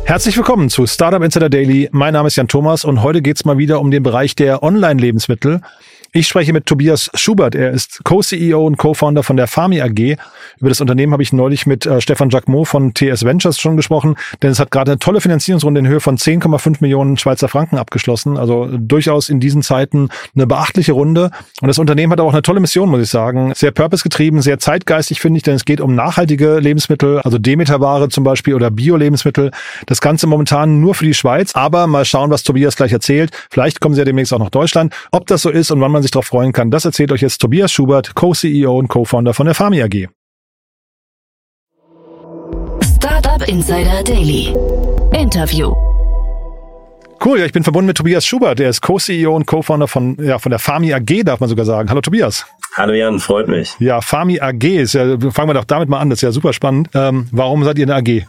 Herzlich willkommen zu Startup Insider Daily. Mein Name ist Jan Thomas und heute geht's mal wieder um den Bereich der Online-Lebensmittel. Ich spreche mit Tobias Schubert. Er ist Co-CEO und Co-Founder von der Fami AG. Über das Unternehmen habe ich neulich mit Stefan Jacquemot von TS Ventures schon gesprochen, denn es hat gerade eine tolle Finanzierungsrunde in Höhe von 10,5 Millionen Schweizer Franken abgeschlossen. Also durchaus in diesen Zeiten eine beachtliche Runde. Und das Unternehmen hat auch eine tolle Mission, muss ich sagen. Sehr purpose-getrieben, sehr zeitgeistig, finde ich, denn es geht um nachhaltige Lebensmittel, also Demeter-Ware zum Beispiel oder Bio-Lebensmittel. Das Ganze momentan nur für die Schweiz, aber mal schauen, was Tobias gleich erzählt. Vielleicht kommen sie ja demnächst auch nach Deutschland. Ob das so ist und wann man sich darauf freuen kann, das erzählt euch jetzt Tobias Schubert, Co-CEO und Co-Founder von der Fami AG. Startup Insider Daily. Interview. Cool, ja, ich bin verbunden mit Tobias Schubert. Er ist Co-CEO und Co-Founder von der Fami AG, darf man sogar sagen. Hallo Tobias. Hallo Jan, freut mich. Ja, Fami AG ist ja, fangen wir doch damit mal an, das ist ja super spannend. Warum seid ihr eine AG?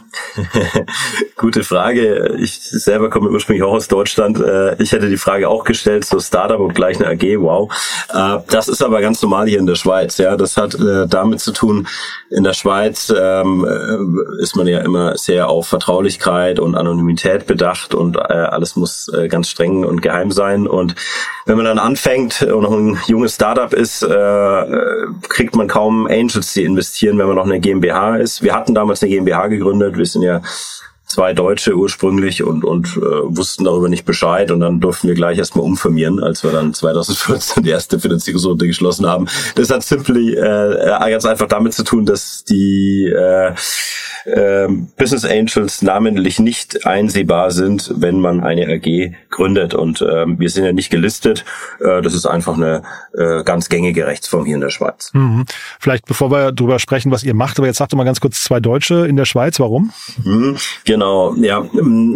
Gute Frage. Ich selber komme ursprünglich auch aus Deutschland. Ich hätte die Frage auch gestellt, so Startup und gleich eine AG, wow. Das ist aber ganz normal hier in der Schweiz. Ja, das hat damit zu tun, in der Schweiz ist man ja immer sehr auf Vertraulichkeit und Anonymität bedacht und alles muss ganz streng und geheim sein. Und wenn man dann anfängt und noch ein junges Startup ist, kriegt man kaum Angels, die investieren, wenn man noch eine GmbH ist. Wir hatten damals eine GmbH gegründet. Wir sind ja 2 Deutsche ursprünglich und wussten darüber nicht Bescheid und dann durften wir gleich erstmal umfirmieren, als wir dann 2014 die erste Finanzierungsrunde geschlossen haben. Das hat ganz einfach damit zu tun, dass die Business Angels namentlich nicht einsehbar sind, wenn man eine AG gründet. Und wir sind ja nicht gelistet. Das ist einfach eine ganz gängige Rechtsform hier in der Schweiz. Mhm. Vielleicht, bevor wir darüber sprechen, was ihr macht, aber jetzt sagt doch mal ganz kurz 2 Deutsche in der Schweiz. Warum? Genau, ja.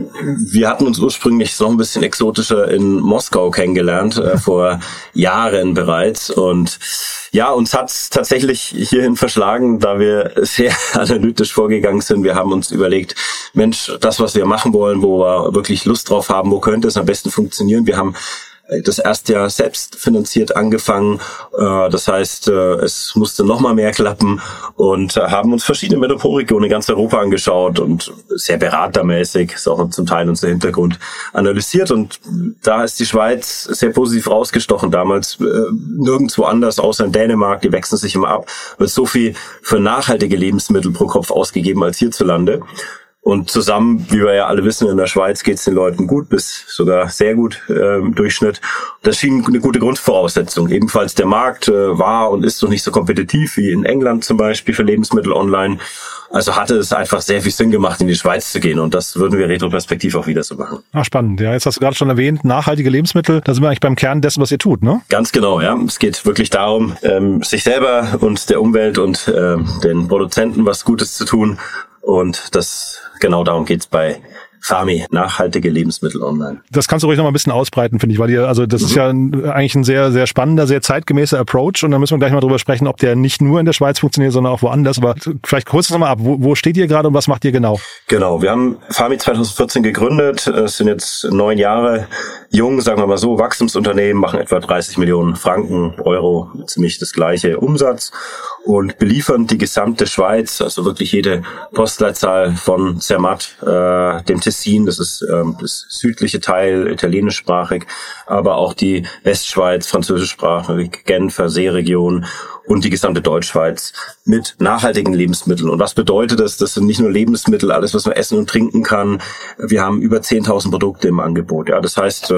Wir hatten uns ursprünglich noch ein bisschen exotischer in Moskau kennengelernt, vor Jahren bereits. Und ja, uns hat's tatsächlich hierhin verschlagen, da wir sehr analytisch vorgegangen sind. Wir haben uns überlegt, Mensch, das, was wir machen wollen, wo wir wirklich Lust drauf haben, wo könnte es am besten funktionieren? Wir haben das erste Jahr selbst finanziert angefangen. Das heißt, es musste noch mal mehr klappen und haben uns verschiedene Metropolregionen in ganz Europa angeschaut und sehr beratermäßig, ist auch zum Teil unser Hintergrund, analysiert. Und da ist die Schweiz sehr positiv rausgestochen damals. Nirgendwo anders, außer in Dänemark, die wechseln sich immer ab, wird so viel für nachhaltige Lebensmittel pro Kopf ausgegeben als hierzulande. Und zusammen, wie wir ja alle wissen, in der Schweiz geht es den Leuten gut, bis sogar sehr gut im Durchschnitt. Das schien eine gute Grundvoraussetzung. Ebenfalls der Markt war und ist noch nicht so kompetitiv wie in England zum Beispiel für Lebensmittel online. Also hatte es einfach sehr viel Sinn gemacht, in die Schweiz zu gehen. Und das würden wir retroperspektiv auch wieder so machen. Ach, spannend. Ja, jetzt hast du gerade schon erwähnt, nachhaltige Lebensmittel. Da sind wir eigentlich beim Kern dessen, was ihr tut, ne? Ganz genau, ja. Es geht wirklich darum, sich selber und der Umwelt und den Produzenten was Gutes zu tun. Und genau darum geht's bei Fami, nachhaltige Lebensmittel online. Das kannst du ruhig noch mal ein bisschen ausbreiten, finde ich, weil das ist ja eigentlich ein sehr, sehr spannender, sehr zeitgemäßer Approach und da müssen wir gleich mal drüber sprechen, ob der nicht nur in der Schweiz funktioniert, sondern auch woanders. Aber vielleicht kurz noch mal ab, wo steht ihr gerade und was macht ihr genau? Genau, wir haben Fami 2014 gegründet, es sind jetzt 9 Jahre jung, sagen wir mal so, Wachstumsunternehmen, machen etwa 30 Millionen Franken, Euro, ziemlich das gleiche Umsatz und beliefern die gesamte Schweiz, also wirklich jede Postleitzahl von Zermatt, dem Tessin, das ist das südliche Teil, italienischsprachig, aber auch die Westschweiz, französischsprachig, Genfer Seeregion und die gesamte Deutschschweiz mit nachhaltigen Lebensmitteln. Und was bedeutet das? Das sind nicht nur Lebensmittel, alles, was man essen und trinken kann. Wir haben über 10.000 Produkte im Angebot. Ja, das heißt,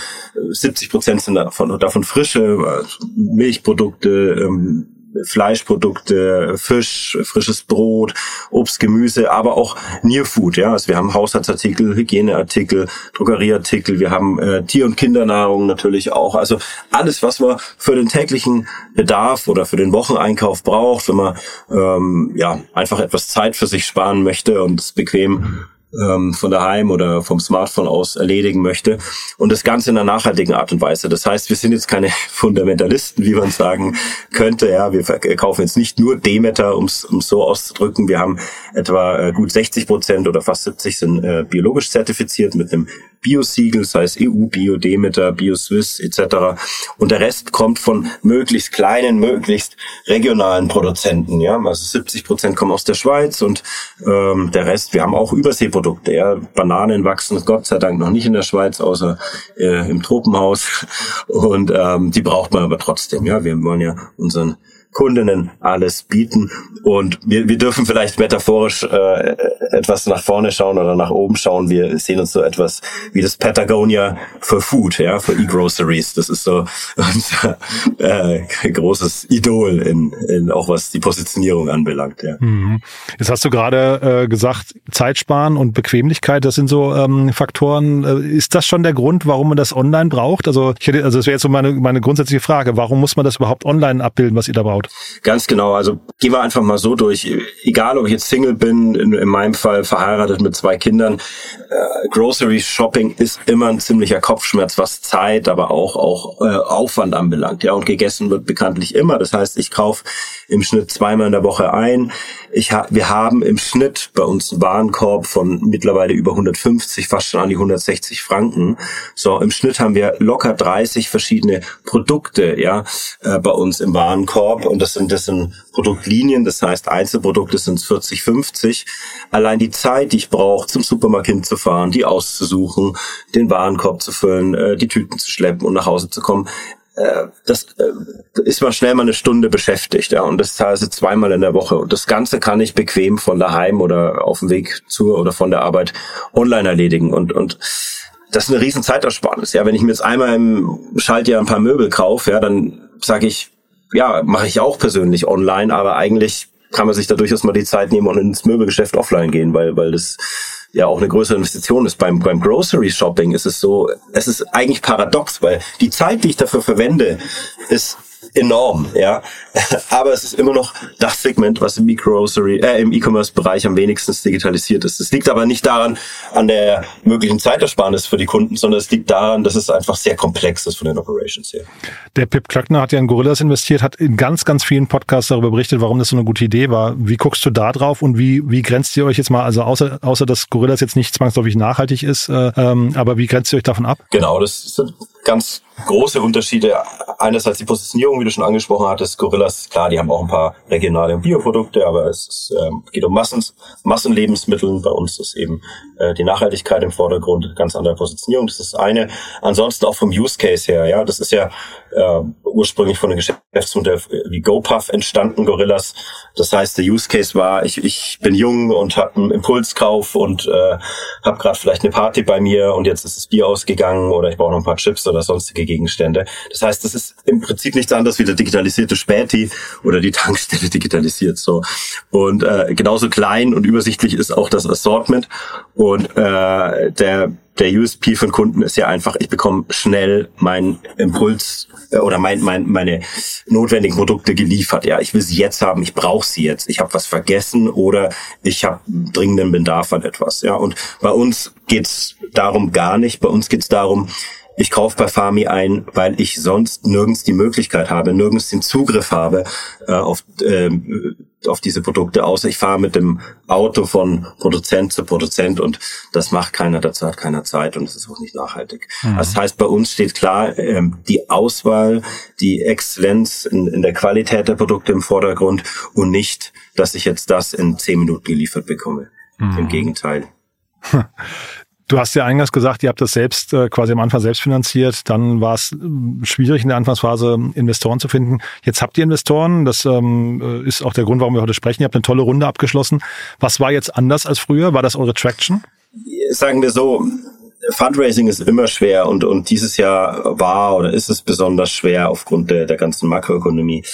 70% sind davon frische Milchprodukte, Fleischprodukte, Fisch, frisches Brot, Obst, Gemüse, aber auch Nearfood, ja. Also wir haben Haushaltsartikel, Hygieneartikel, Drogerieartikel, wir haben Tier- und Kindernahrung natürlich auch. Also alles, was man für den täglichen Bedarf oder für den Wocheneinkauf braucht, wenn man einfach etwas Zeit für sich sparen möchte und es bequem von daheim oder vom Smartphone aus erledigen möchte. Und das Ganze in einer nachhaltigen Art und Weise. Das heißt, wir sind jetzt keine Fundamentalisten, wie man sagen könnte. Ja, wir kaufen jetzt nicht nur Demeter, um es so auszudrücken. Wir haben etwa gut 60% oder fast 70% sind biologisch zertifiziert mit einem Bio-Siegel, das heißt EU, Bio, Demeter, Bio-Swiss etc. Und der Rest kommt von möglichst kleinen, möglichst regionalen Produzenten. Ja, also 70% kommen aus der Schweiz und der Rest, wir haben auch Überseeprodukte. Ja, Bananen wachsen Gott sei Dank noch nicht in der Schweiz, außer im Tropenhaus. Und die braucht man aber trotzdem. Ja, wir wollen ja unseren Kundinnen alles bieten und wir dürfen vielleicht metaphorisch etwas nach vorne schauen oder nach oben schauen. Wir sehen uns so etwas wie das Patagonia für Food, ja, für E-Groceries. Das ist so unser großes Idol in auch was die Positionierung anbelangt. Ja. Jetzt hast du gerade gesagt, Zeit sparen und Bequemlichkeit, das sind so Faktoren. Ist das schon der Grund, warum man das online braucht? Also das wäre jetzt so meine grundsätzliche Frage. Warum muss man das überhaupt online abbilden, was ihr da braucht? Ganz genau. Also gehen wir einfach mal so durch. Egal, ob ich jetzt Single bin, in meinem Fall verheiratet mit 2 Kindern. Grocery Shopping ist immer ein ziemlicher Kopfschmerz, was Zeit, aber auch Aufwand anbelangt. Ja, und gegessen wird bekanntlich immer. Das heißt, ich kaufe im Schnitt 2-mal in der Woche ein. Wir haben im Schnitt bei uns einen Warenkorb von mittlerweile über 150, fast schon an die 160 Franken. So, im Schnitt haben wir locker 30 verschiedene Produkte, ja, bei uns im Warenkorb. Und das sind Produktlinien, das heißt Einzelprodukte sind 40, 50. Allein die Zeit, die ich brauche, zum Supermarkt hinzufahren, die auszusuchen, den Warenkorb zu füllen, die Tüten zu schleppen und nach Hause zu kommen, das ist man schnell mal eine Stunde beschäftigt, ja, und das teilweise 2-mal in der Woche. Und das Ganze kann ich bequem von daheim oder auf dem Weg zur oder von der Arbeit online erledigen. Und das ist eine riesen Zeitersparnis. Ja, wenn ich mir jetzt einmal im Schaltjahr ein paar Möbel kaufe, ja, dann sage ich, ja, mache ich auch persönlich online, aber eigentlich kann man sich da durchaus mal die Zeit nehmen und ins Möbelgeschäft offline gehen, weil das ja auch eine größere Investition ist. Beim Grocery Shopping ist es so, es ist eigentlich paradox, weil die Zeit, die ich dafür verwende, ist enorm, ja. Aber es ist immer noch das Segment, was im E-Commerce-Bereich am wenigsten digitalisiert ist. Es liegt aber nicht daran, an der möglichen Zeitersparnis für die Kunden, sondern es liegt daran, dass es einfach sehr komplex ist von den Operations her. Der Pip Klöckner hat ja in Gorillas investiert, hat in ganz, ganz vielen Podcasts darüber berichtet, warum das so eine gute Idee war. Wie guckst du da drauf und wie grenzt ihr euch jetzt mal, also außer dass Gorillas jetzt nicht zwangsläufig nachhaltig ist, aber wie grenzt ihr euch davon ab? Genau, das sind ganz große Unterschiede. Einerseits die Positionierung, wie du schon angesprochen hattest. Gorillas, klar, die haben auch ein paar regionale Bioprodukte, aber es geht um Massenlebensmittel. Bei uns ist eben die Nachhaltigkeit im Vordergrund, ganz andere Positionierung. Das ist das eine. Ansonsten auch vom Use Case her, ja, das ist ja ursprünglich von einem Geschäftsmodell wie GoPuff entstanden, Gorillas. Das heißt, der Use Case war, ich bin jung und habe einen Impulskauf und habe gerade vielleicht eine Party bei mir und jetzt ist das Bier ausgegangen oder ich brauche noch ein paar Chips oder sonstige Gegenstände. Das heißt, das ist im Prinzip nichts anderes wie der digitalisierte Späti oder die Tankstelle digitalisiert. So. Und genauso klein und übersichtlich ist auch das Assortment. Und der USP von Kunden ist ja einfach, ich bekomme schnell meinen Impuls oder meine notwendigen Produkte geliefert. Ja, ich will sie jetzt haben, ich brauche sie jetzt. Ich habe was vergessen oder ich habe dringenden Bedarf an etwas. Ja, und bei uns geht's darum gar nicht. Bei uns geht's darum, ich kaufe bei Fami ein, weil ich sonst nirgends die Möglichkeit habe, nirgends den Zugriff habe auf diese Produkte, außer ich fahre mit dem Auto von Produzent zu Produzent und das macht keiner, dazu hat keiner Zeit und es ist auch nicht nachhaltig. Mhm. Das heißt, bei uns steht klar, die Auswahl, die Exzellenz in der Qualität der Produkte im Vordergrund und nicht, dass ich jetzt das in 10 Minuten geliefert bekomme. Mhm. Im Gegenteil. Du hast ja eingangs gesagt, ihr habt das selbst quasi am Anfang selbst finanziert. Dann war es schwierig in der Anfangsphase Investoren zu finden. Jetzt habt ihr Investoren. Das ist auch der Grund, warum wir heute sprechen. Ihr habt eine tolle Runde abgeschlossen. Was war jetzt anders als früher? War das eure Traction? Sagen wir so, Fundraising ist immer schwer und dieses Jahr war oder ist es besonders schwer aufgrund der ganzen Makroökonomie.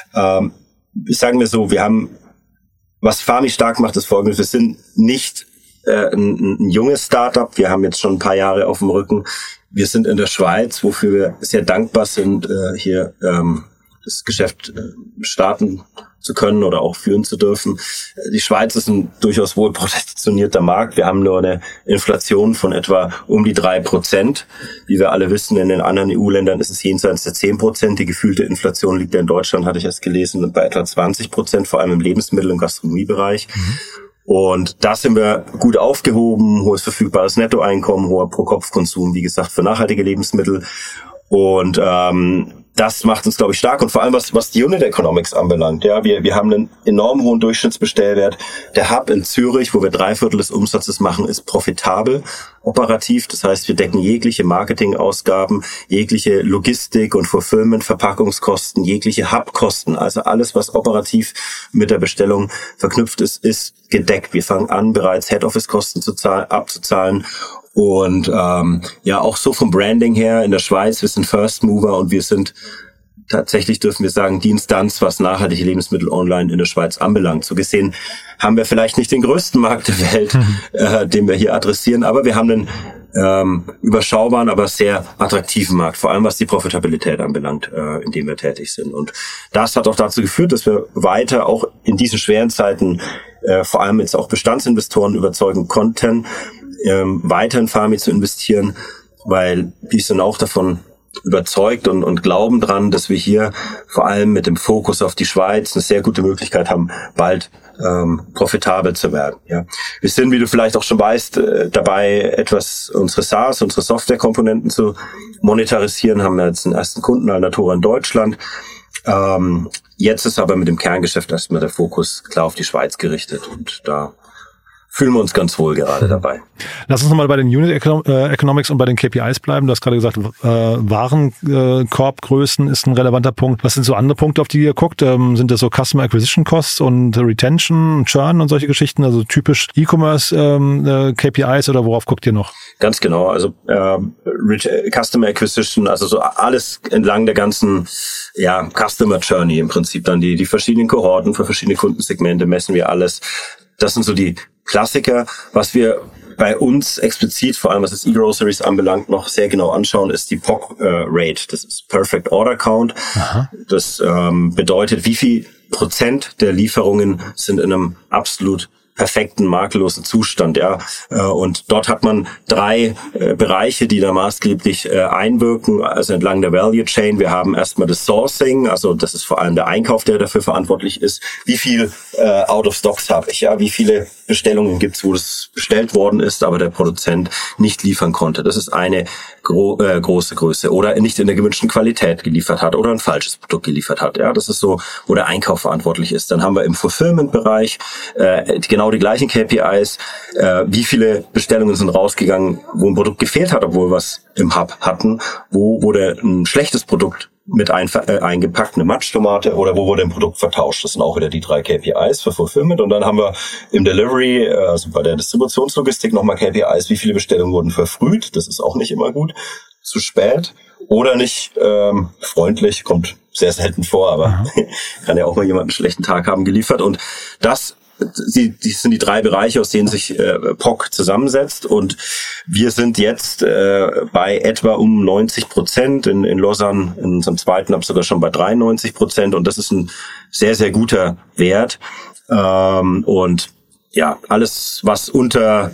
Sagen wir so, wir haben, was Fami stark macht, ist Folgendes. Wir sind nicht ein junges Startup. Wir haben jetzt schon ein paar Jahre auf dem Rücken. Wir sind in der Schweiz, wofür wir sehr dankbar sind, hier das Geschäft starten zu können oder auch führen zu dürfen. Die Schweiz ist ein durchaus wohl positionierter Markt. Wir haben nur eine Inflation von etwa um die 3%. Wie wir alle wissen, in den anderen EU-Ländern ist es jenseits der 10%. Die gefühlte Inflation liegt ja in Deutschland, hatte ich erst gelesen, bei etwa 20%, vor allem im Lebensmittel- und Gastronomiebereich. Mhm. Und da sind wir gut aufgehoben, hohes verfügbares Nettoeinkommen, hoher Pro-Kopf-Konsum, wie gesagt, für nachhaltige Lebensmittel. Und das macht uns, glaube ich, stark. Und vor allem, was die Unit Economics anbelangt. Ja, wir haben einen enorm hohen Durchschnittsbestellwert. Der Hub in Zürich, wo wir 3/4 des Umsatzes machen, ist profitabel operativ. Das heißt, wir decken jegliche Marketingausgaben, jegliche Logistik- und Fulfillment, Verpackungskosten, jegliche Hubkosten. Also alles, was operativ mit der Bestellung verknüpft ist, ist gedeckt. Wir fangen an, bereits Head-Office-Kosten abzuzahlen. Und auch so vom Branding her in der Schweiz, wir sind First Mover und wir sind tatsächlich, dürfen wir sagen, die Instanz, was nachhaltige Lebensmittel online in der Schweiz anbelangt. So gesehen haben wir vielleicht nicht den größten Markt der Welt, den wir hier adressieren, aber wir haben einen überschaubaren, aber sehr attraktiven Markt, vor allem was die Profitabilität anbelangt, in dem wir tätig sind. Und das hat auch dazu geführt, dass wir weiter auch in diesen schweren Zeiten vor allem jetzt auch Bestandsinvestoren überzeugen konnten, weiter in Fami zu investieren, weil die sind auch davon überzeugt und glauben dran, dass wir hier vor allem mit dem Fokus auf die Schweiz eine sehr gute Möglichkeit haben, bald profitabel zu werden. Ja. Wir sind, wie du vielleicht auch schon weißt, dabei, etwas unsere SaaS, unsere Softwarekomponenten zu monetarisieren, haben wir jetzt den ersten Kunden, Alnatura in Deutschland. Jetzt ist aber mit dem Kerngeschäft erstmal der Fokus klar auf die Schweiz gerichtet und da fühlen wir uns ganz wohl gerade dabei. Lass uns nochmal bei den Unit Economics und bei den KPIs bleiben. Du hast gerade gesagt, Warenkorbgrößen ist ein relevanter Punkt. Was sind so andere Punkte, auf die ihr guckt? Sind das so Customer Acquisition Costs und Retention, Churn und solche Geschichten? Also typisch E-Commerce KPIs oder worauf guckt ihr noch? Ganz genau. Also Customer Acquisition, also so alles entlang der ganzen Customer Journey im Prinzip. Dann die verschiedenen Kohorten für verschiedene Kundensegmente messen wir alles. Das sind so die Klassiker. Was wir bei uns explizit, vor allem was das E-Groceries anbelangt, noch sehr genau anschauen, ist die POC-Rate. Das ist Perfect Order Count. Aha. Das bedeutet, wie viel Prozent der Lieferungen sind in einem absolut perfekten, makellosen Zustand, ja. Und dort hat man 3 Bereiche, die da maßgeblich einwirken, also entlang der Value Chain. Wir haben erstmal das Sourcing, also das ist vor allem der Einkauf, der dafür verantwortlich ist. Wie viel Out of Stocks habe ich, ja? Wie viele Bestellungen gibt's, wo das bestellt worden ist, aber der Produzent nicht liefern konnte. Das ist eine große Größe. Oder nicht in der gewünschten Qualität geliefert hat oder ein falsches Produkt geliefert hat. Ja, das ist so, wo der Einkauf verantwortlich ist. Dann haben wir im Fulfillment-Bereich genau die gleichen KPIs. Wie viele Bestellungen sind rausgegangen, wo ein Produkt gefehlt hat, obwohl wir es im Hub hatten. Wo wurde ein schlechtes Produkt mit eingepackt, eine Matschtomate, oder wo wurde ein Produkt vertauscht. Das sind auch wieder die 3 KPIs für Fulfillment. Und dann haben wir im Delivery, also bei der Distributionslogistik, nochmal KPIs, wie viele Bestellungen wurden verfrüht. Das ist auch nicht immer gut. Zu spät oder nicht freundlich, kommt sehr selten vor, aber kann ja auch mal jemand einen schlechten Tag haben, geliefert. Und das die sind die 3 Bereiche, aus denen sich POC zusammensetzt, und wir sind jetzt bei etwa um 90%, in Lausanne in unserem zweiten Hub sogar schon bei 93%, und das ist ein sehr, sehr guter Wert. Und ja, alles, was unter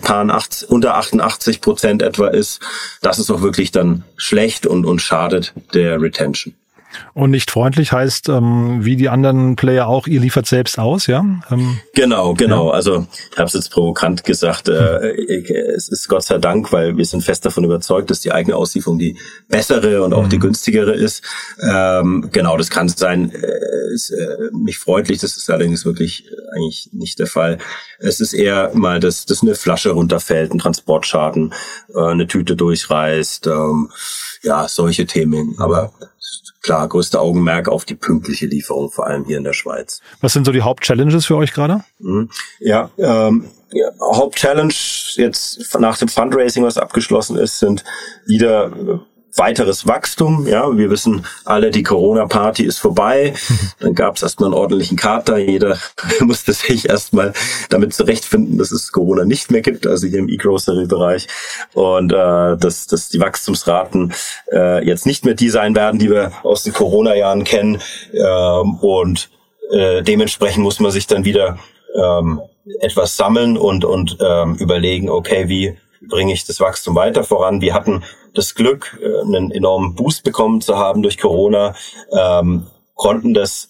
88% etwa ist, das ist auch wirklich dann schlecht und schadet der Retention. Und nicht freundlich heißt, wie die anderen Player auch, ihr liefert selbst aus, ja? Genau. Ja. Also ich habe es jetzt provokant gesagt, es ist Gott sei Dank, weil wir sind fest davon überzeugt, dass die eigene Auslieferung die bessere und auch die günstigere ist. Genau, das kann sein, ist nicht freundlich, das ist allerdings wirklich eigentlich nicht der Fall. Es ist eher mal, dass eine Flasche runterfällt, ein Transportschaden, eine Tüte durchreißt, solche Themen. Aber klar, größter Augenmerk auf die pünktliche Lieferung, vor allem hier in der Schweiz. Was sind so die Hauptchallenges für euch gerade? Hauptchallenge jetzt nach dem Fundraising, was abgeschlossen ist, sind wieder weiteres Wachstum. Ja, wir wissen alle, die Corona-Party ist vorbei. Dann gab es erstmal einen ordentlichen Kater. Jeder musste sich erstmal damit zurechtfinden, dass es Corona nicht mehr gibt, also hier im E-Grocery-Bereich. Und dass die Wachstumsraten jetzt nicht mehr die sein werden, die wir aus den Corona-Jahren kennen. Und dementsprechend muss man sich dann wieder etwas sammeln und überlegen, okay, wie bringe ich das Wachstum weiter voran? Wir hatten das Glück, einen enormen Boost bekommen zu haben durch Corona, konnten das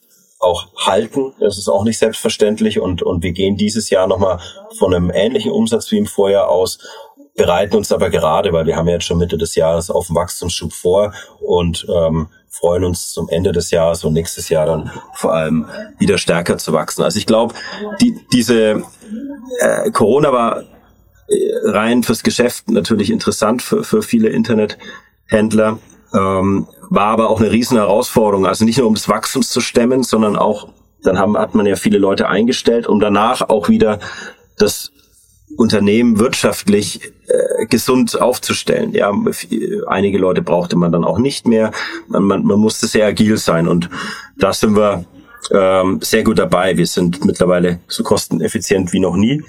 auch halten. Das ist auch nicht selbstverständlich und wir gehen dieses Jahr nochmal von einem ähnlichen Umsatz wie im Vorjahr aus, bereiten uns aber gerade, weil wir haben ja jetzt schon Mitte des Jahres auf den Wachstumsschub vor und freuen uns zum Ende des Jahres und nächstes Jahr dann vor allem wieder stärker zu wachsen. Also ich glaube, diese Corona war rein fürs Geschäft natürlich interessant für viele Internethändler, war aber auch eine riesen Herausforderung. Also nicht nur um das Wachstum zu stemmen, sondern auch, dann hat man ja viele Leute eingestellt, um danach auch wieder das Unternehmen wirtschaftlich gesund aufzustellen. Ja, einige Leute brauchte man dann auch nicht mehr. Man musste sehr agil sein und da sind wir sehr gut dabei. Wir sind mittlerweile so kosteneffizient wie noch nie.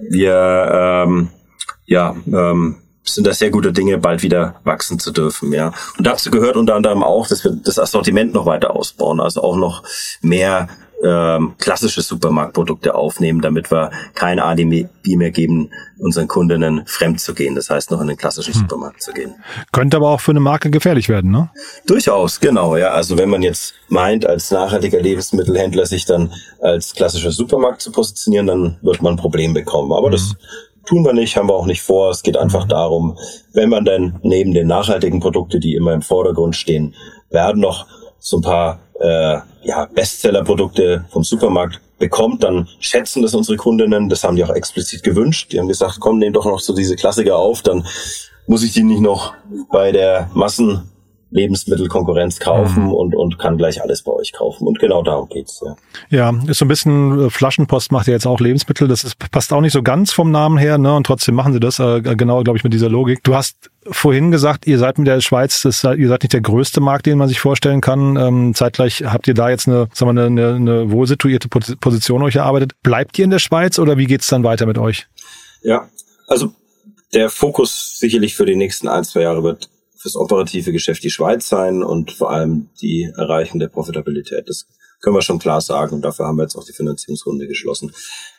Wir sind da sehr gute Dinge, bald wieder wachsen zu dürfen. Ja, und dazu gehört unter anderem auch, dass wir das Assortiment noch weiter ausbauen, also auch noch mehr klassische Supermarktprodukte aufnehmen, damit wir kein Alibi mehr geben, unseren Kundinnen fremd zu gehen. Das heißt, noch in den klassischen Supermarkt zu gehen. Könnte aber auch für eine Marke gefährlich werden, ne? Durchaus, genau. Ja, also wenn man jetzt meint, als nachhaltiger Lebensmittelhändler sich dann als klassischer Supermarkt zu positionieren, dann wird man ein Problem bekommen. Aber das tun wir nicht, haben wir auch nicht vor. Es geht einfach darum, wenn man dann neben den nachhaltigen Produkten, die immer im Vordergrund stehen, werden noch so ein paar Bestseller-Produkte vom Supermarkt bekommt, dann schätzen das unsere Kundinnen, das haben die auch explizit gewünscht. Die haben gesagt, komm, nehm doch noch so diese Klassiker auf, dann muss ich die nicht noch bei der Massenlebensmittelkonkurrenz kaufen und kann gleich alles bei euch kaufen. Und genau darum geht's. Ja, ist so ein bisschen, Flaschenpost macht ja jetzt auch Lebensmittel, passt auch nicht so ganz vom Namen her, ne? Und trotzdem machen sie das, genau, glaube ich, mit dieser Logik. Du hast vorhin gesagt, ihr seid mit der Schweiz, ihr seid nicht der größte Markt, den man sich vorstellen kann. Zeitgleich habt ihr da jetzt eine wohl situierte Position euch erarbeitet. Bleibt ihr in der Schweiz oder wie geht's dann weiter mit euch? Ja, also der Fokus sicherlich für die nächsten 1-2 Jahre wird fürs operative Geschäft die Schweiz sein und vor allem die Erreichung der Profitabilität. Das können wir schon klar sagen und dafür haben wir jetzt auch die Finanzierungsrunde geschlossen.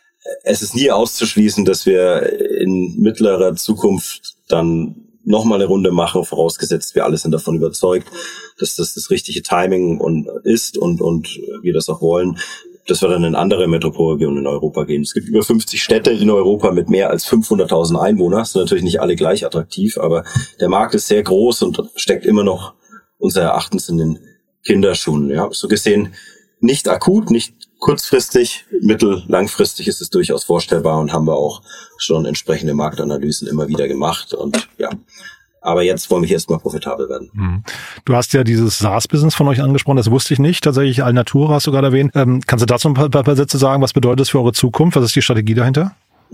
Es ist nie auszuschließen, dass wir in mittlerer Zukunft dann nochmal eine Runde machen, vorausgesetzt wir alle sind davon überzeugt, dass das richtige Timing ist und wir das auch wollen, dass wir dann in andere Metropolregionen in Europa gehen. Es gibt über 50 Städte in Europa mit mehr als 500.000 Einwohnern. Das sind natürlich nicht alle gleich attraktiv, aber der Markt ist sehr groß und steckt immer noch unseres Erachtens in den Kinderschuhen. Ja, so gesehen nicht akut, nicht kurzfristig, langfristig ist es durchaus vorstellbar und haben wir auch schon entsprechende Marktanalysen immer wieder gemacht und ja. Aber jetzt wollen wir erstmal profitabel werden. Du hast ja dieses SaaS-Business von euch angesprochen, das wusste ich nicht. Tatsächlich Alnatura hast du gerade erwähnt. Kannst du dazu ein paar Sätze sagen? Was bedeutet das für eure Zukunft? Was ist die Strategie dahinter?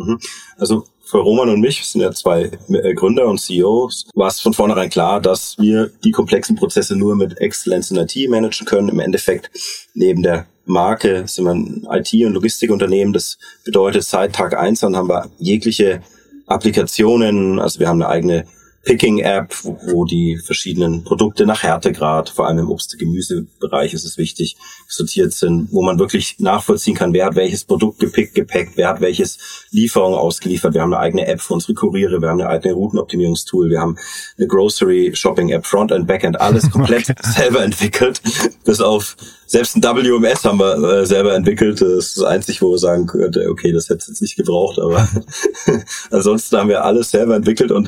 Also für Roman und mich, wir sind ja 2 Gründer und CEOs, war es von vornherein klar, dass wir die komplexen Prozesse nur mit Exzellenz in IT managen können. Im Endeffekt neben der Marke sind wir ein IT- und Logistikunternehmen. Das bedeutet, seit Tag 1 an haben wir jegliche Applikationen, also wir haben eine eigene Picking-App, wo die verschiedenen Produkte nach Härtegrad, vor allem im Obst- und Gemüsebereich ist es wichtig, sortiert sind, wo man wirklich nachvollziehen kann, wer hat welches Produkt gepickt, gepackt, wer hat welches Lieferung ausgeliefert. Wir haben eine eigene App für unsere Kuriere, wir haben eine eigene Routenoptimierungstool, wir haben eine Grocery-Shopping-App, Frontend, Backend, alles komplett selber entwickelt. Bis auf selbst ein WMS haben wir selber entwickelt. Das ist das Einzige, wo wir sagen könnte, okay, das hätte es jetzt nicht gebraucht, aber ansonsten haben wir alles selber entwickelt und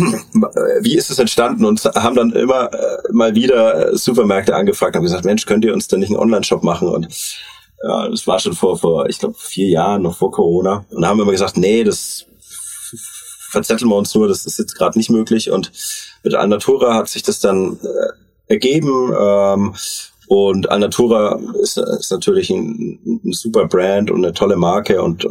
wie ist es entstanden und haben dann immer mal wieder Supermärkte angefragt, haben gesagt, Mensch, könnt ihr uns denn nicht einen Online-Shop machen? Und ja, das war schon vor ich glaube 4 Jahren, noch vor Corona. Und da haben wir immer gesagt, nee, das verzetteln wir uns nur, das ist jetzt gerade nicht möglich. Und mit Alnatura hat sich das dann ergeben. Und Alnatura ist natürlich ein super Brand und eine tolle Marke und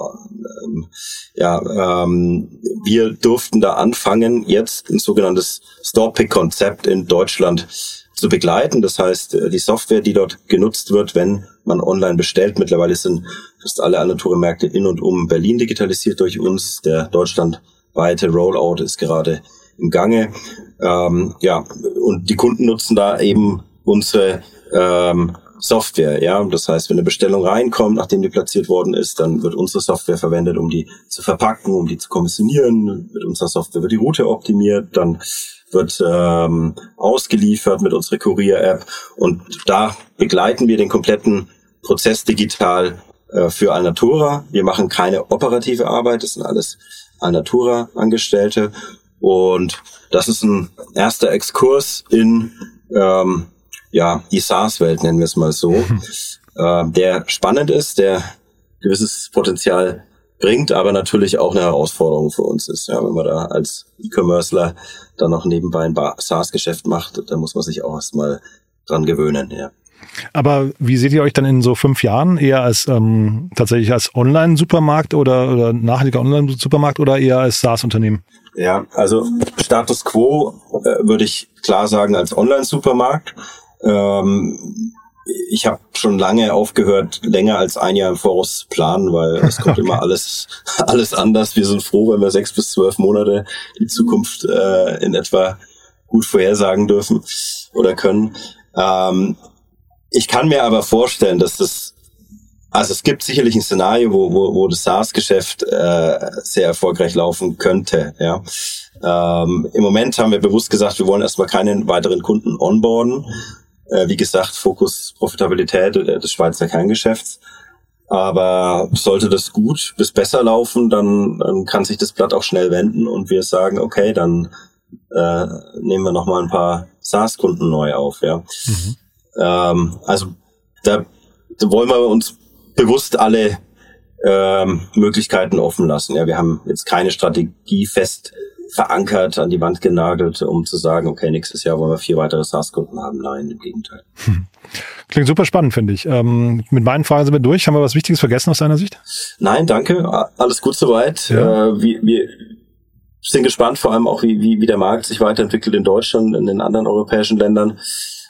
wir durften da anfangen, jetzt ein sogenanntes Store-Pick-Konzept in Deutschland zu begleiten. Das heißt, die Software, die dort genutzt wird, wenn man online bestellt, mittlerweile sind fast alle Alnatura-Märkte in und um Berlin digitalisiert durch uns. Der deutschlandweite Rollout ist gerade im Gange. Und die Kunden nutzen da eben unsere Software, ja. Das heißt, wenn eine Bestellung reinkommt, nachdem die platziert worden ist, dann wird unsere Software verwendet, um die zu verpacken, um die zu kommissionieren. Mit unserer Software wird die Route optimiert, dann wird ausgeliefert mit unserer Kurier-App und da begleiten wir den kompletten prozessdigital für Alnatura. Wir machen keine operative Arbeit, das sind alles Alnatura-Angestellte. Und das ist ein erster Exkurs in die SaaS-Welt, nennen wir es mal so, der spannend ist, der gewisses Potenzial bringt, aber natürlich auch eine Herausforderung für uns ist. Ja, wenn man da als E-Commercer dann noch nebenbei ein SaaS-Geschäft macht, da muss man sich auch erstmal dran gewöhnen. Ja. Aber wie seht ihr euch dann in so 5 Jahren? Eher als tatsächlich als Online-Supermarkt oder nachhaltiger Online-Supermarkt oder eher als SaaS-Unternehmen? Ja, also Status Quo würde ich klar sagen als Online-Supermarkt. Ich habe schon lange aufgehört, länger als 1 Jahr im Voraus zu planen, weil es kommt immer alles anders. Wir sind froh, wenn wir 6 bis 12 Monate die Zukunft in etwa gut vorhersagen dürfen oder können. Ich kann mir aber vorstellen, dass es gibt sicherlich ein Szenario, wo das SaaS-Geschäft sehr erfolgreich laufen könnte. Ja. Im Moment haben wir bewusst gesagt, wir wollen erstmal keinen weiteren Kunden onboarden. Wie gesagt, Fokus Profitabilität des Schweizer Kerngeschäfts. Aber sollte das gut bis besser laufen, dann kann sich das Blatt auch schnell wenden und wir sagen, okay, dann nehmen wir nochmal ein paar SaaS-Kunden neu auf. Ja. Also da wollen wir uns bewusst alle Möglichkeiten offen lassen. Ja, wir haben jetzt keine Strategie fest verankert, an die Wand genagelt, um zu sagen, okay, nächstes Jahr wollen wir 4 weitere SaaS-Kunden haben. Nein, im Gegenteil. Klingt super spannend, finde ich. Mit meinen Fragen sind wir durch. Haben wir was Wichtiges vergessen aus deiner Sicht? Nein, danke. Alles gut soweit. Ja. Wir sind gespannt, vor allem auch, wie der Markt sich weiterentwickelt in Deutschland, in den anderen europäischen Ländern.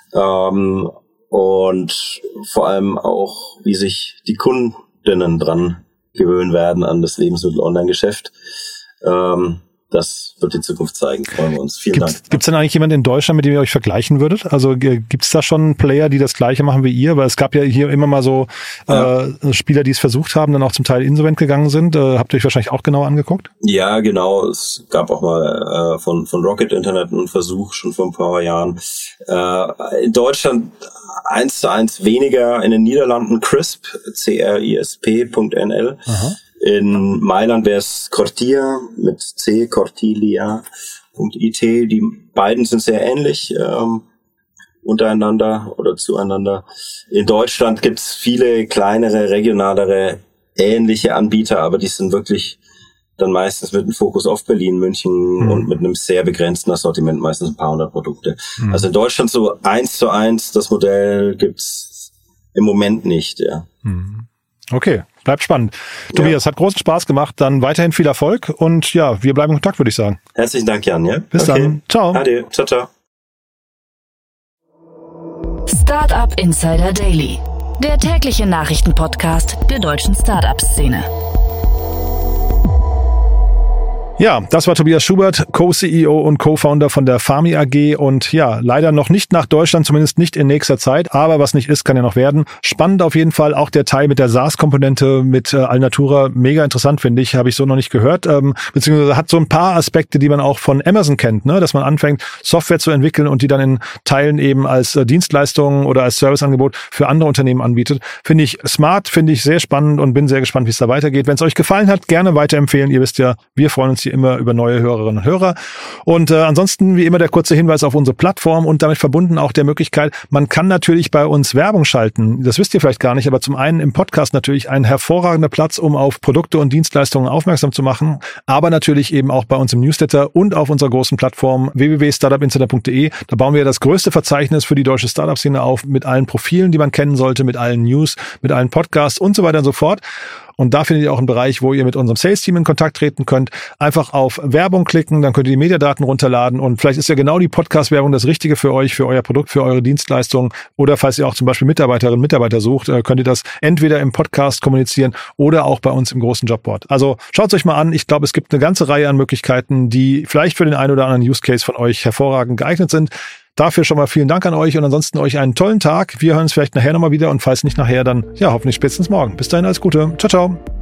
Und vor allem auch, wie sich die Kundinnen dran gewöhnen werden an das Lebensmittel-Online-Geschäft. Das wird die Zukunft zeigen. Freuen wir uns. Vielen Dank. Gibt es denn eigentlich jemanden in Deutschland, mit dem ihr euch vergleichen würdet? Also gibt es da schon Player, die das Gleiche machen wie ihr? Weil es gab ja hier immer mal so Spieler, die es versucht haben, dann auch zum Teil insolvent gegangen sind. Habt ihr euch wahrscheinlich auch genauer angeguckt? Ja, genau. Es gab auch mal von Rocket Internet einen Versuch schon vor ein paar Jahren. In Deutschland 1:1 weniger. In den Niederlanden CRISP, CRISP.nl. Aha. In Mailand wäre es Cortia mit C, Cortilia.it. Die beiden sind sehr ähnlich untereinander oder zueinander. In Deutschland gibt es viele kleinere, regionalere, ähnliche Anbieter, aber die sind wirklich dann meistens mit einem Fokus auf Berlin, München und mit einem sehr begrenzten Assortiment, meistens ein paar 100 Produkte. Also in Deutschland so 1:1 das Modell gibt's im Moment nicht, ja. Okay, bleibt spannend. Tobias, hat großen Spaß gemacht. Dann weiterhin viel Erfolg und ja, wir bleiben in Kontakt, würde ich sagen. Herzlichen Dank, Jan. Ja? Bis dann. Ciao. Ade. Ciao, ciao. Startup Insider Daily, der tägliche Nachrichtenpodcast der deutschen Startup-Szene. Ja, das war Tobias Schubert, Co-CEO und Co-Founder von der Fami AG und ja, leider noch nicht nach Deutschland, zumindest nicht in nächster Zeit, aber was nicht ist, kann ja noch werden. Spannend auf jeden Fall, auch der Teil mit der SaaS-Komponente mit Alnatura, mega interessant, finde ich, habe ich so noch nicht gehört, beziehungsweise hat so ein paar Aspekte, die man auch von Amazon kennt, ne, dass man anfängt, Software zu entwickeln und die dann in Teilen eben als Dienstleistung oder als Serviceangebot für andere Unternehmen anbietet. Finde ich smart, finde ich sehr spannend und bin sehr gespannt, wie es da weitergeht. Wenn es euch gefallen hat, gerne weiterempfehlen. Ihr wisst ja, wir freuen uns immer über neue Hörerinnen und Hörer. Und ansonsten wie immer der kurze Hinweis auf unsere Plattform und damit verbunden auch der Möglichkeit, man kann natürlich bei uns Werbung schalten. Das wisst ihr vielleicht gar nicht, aber zum einen im Podcast natürlich ein hervorragender Platz, um auf Produkte und Dienstleistungen aufmerksam zu machen, aber natürlich eben auch bei uns im Newsletter und auf unserer großen Plattform www.startupinsider.de. Da bauen wir das größte Verzeichnis für die deutsche Startup-Szene auf, mit allen Profilen, die man kennen sollte, mit allen News, mit allen Podcasts und so weiter und so fort. Und da findet ihr auch einen Bereich, wo ihr mit unserem Sales-Team in Kontakt treten könnt. Einfach auf Werbung klicken, dann könnt ihr die Mediadaten runterladen und vielleicht ist ja genau die Podcast-Werbung das Richtige für euch, für euer Produkt, für eure Dienstleistung. Oder falls ihr auch zum Beispiel Mitarbeiterinnen und Mitarbeiter sucht, könnt ihr das entweder im Podcast kommunizieren oder auch bei uns im großen Jobboard. Also schaut es euch mal an. Ich glaube, es gibt eine ganze Reihe an Möglichkeiten, die vielleicht für den einen oder anderen Use-Case von euch hervorragend geeignet sind. Dafür schon mal vielen Dank an euch und ansonsten euch einen tollen Tag. Wir hören uns vielleicht nachher nochmal wieder und falls nicht nachher, dann ja hoffentlich spätestens morgen. Bis dahin alles Gute. Ciao, ciao.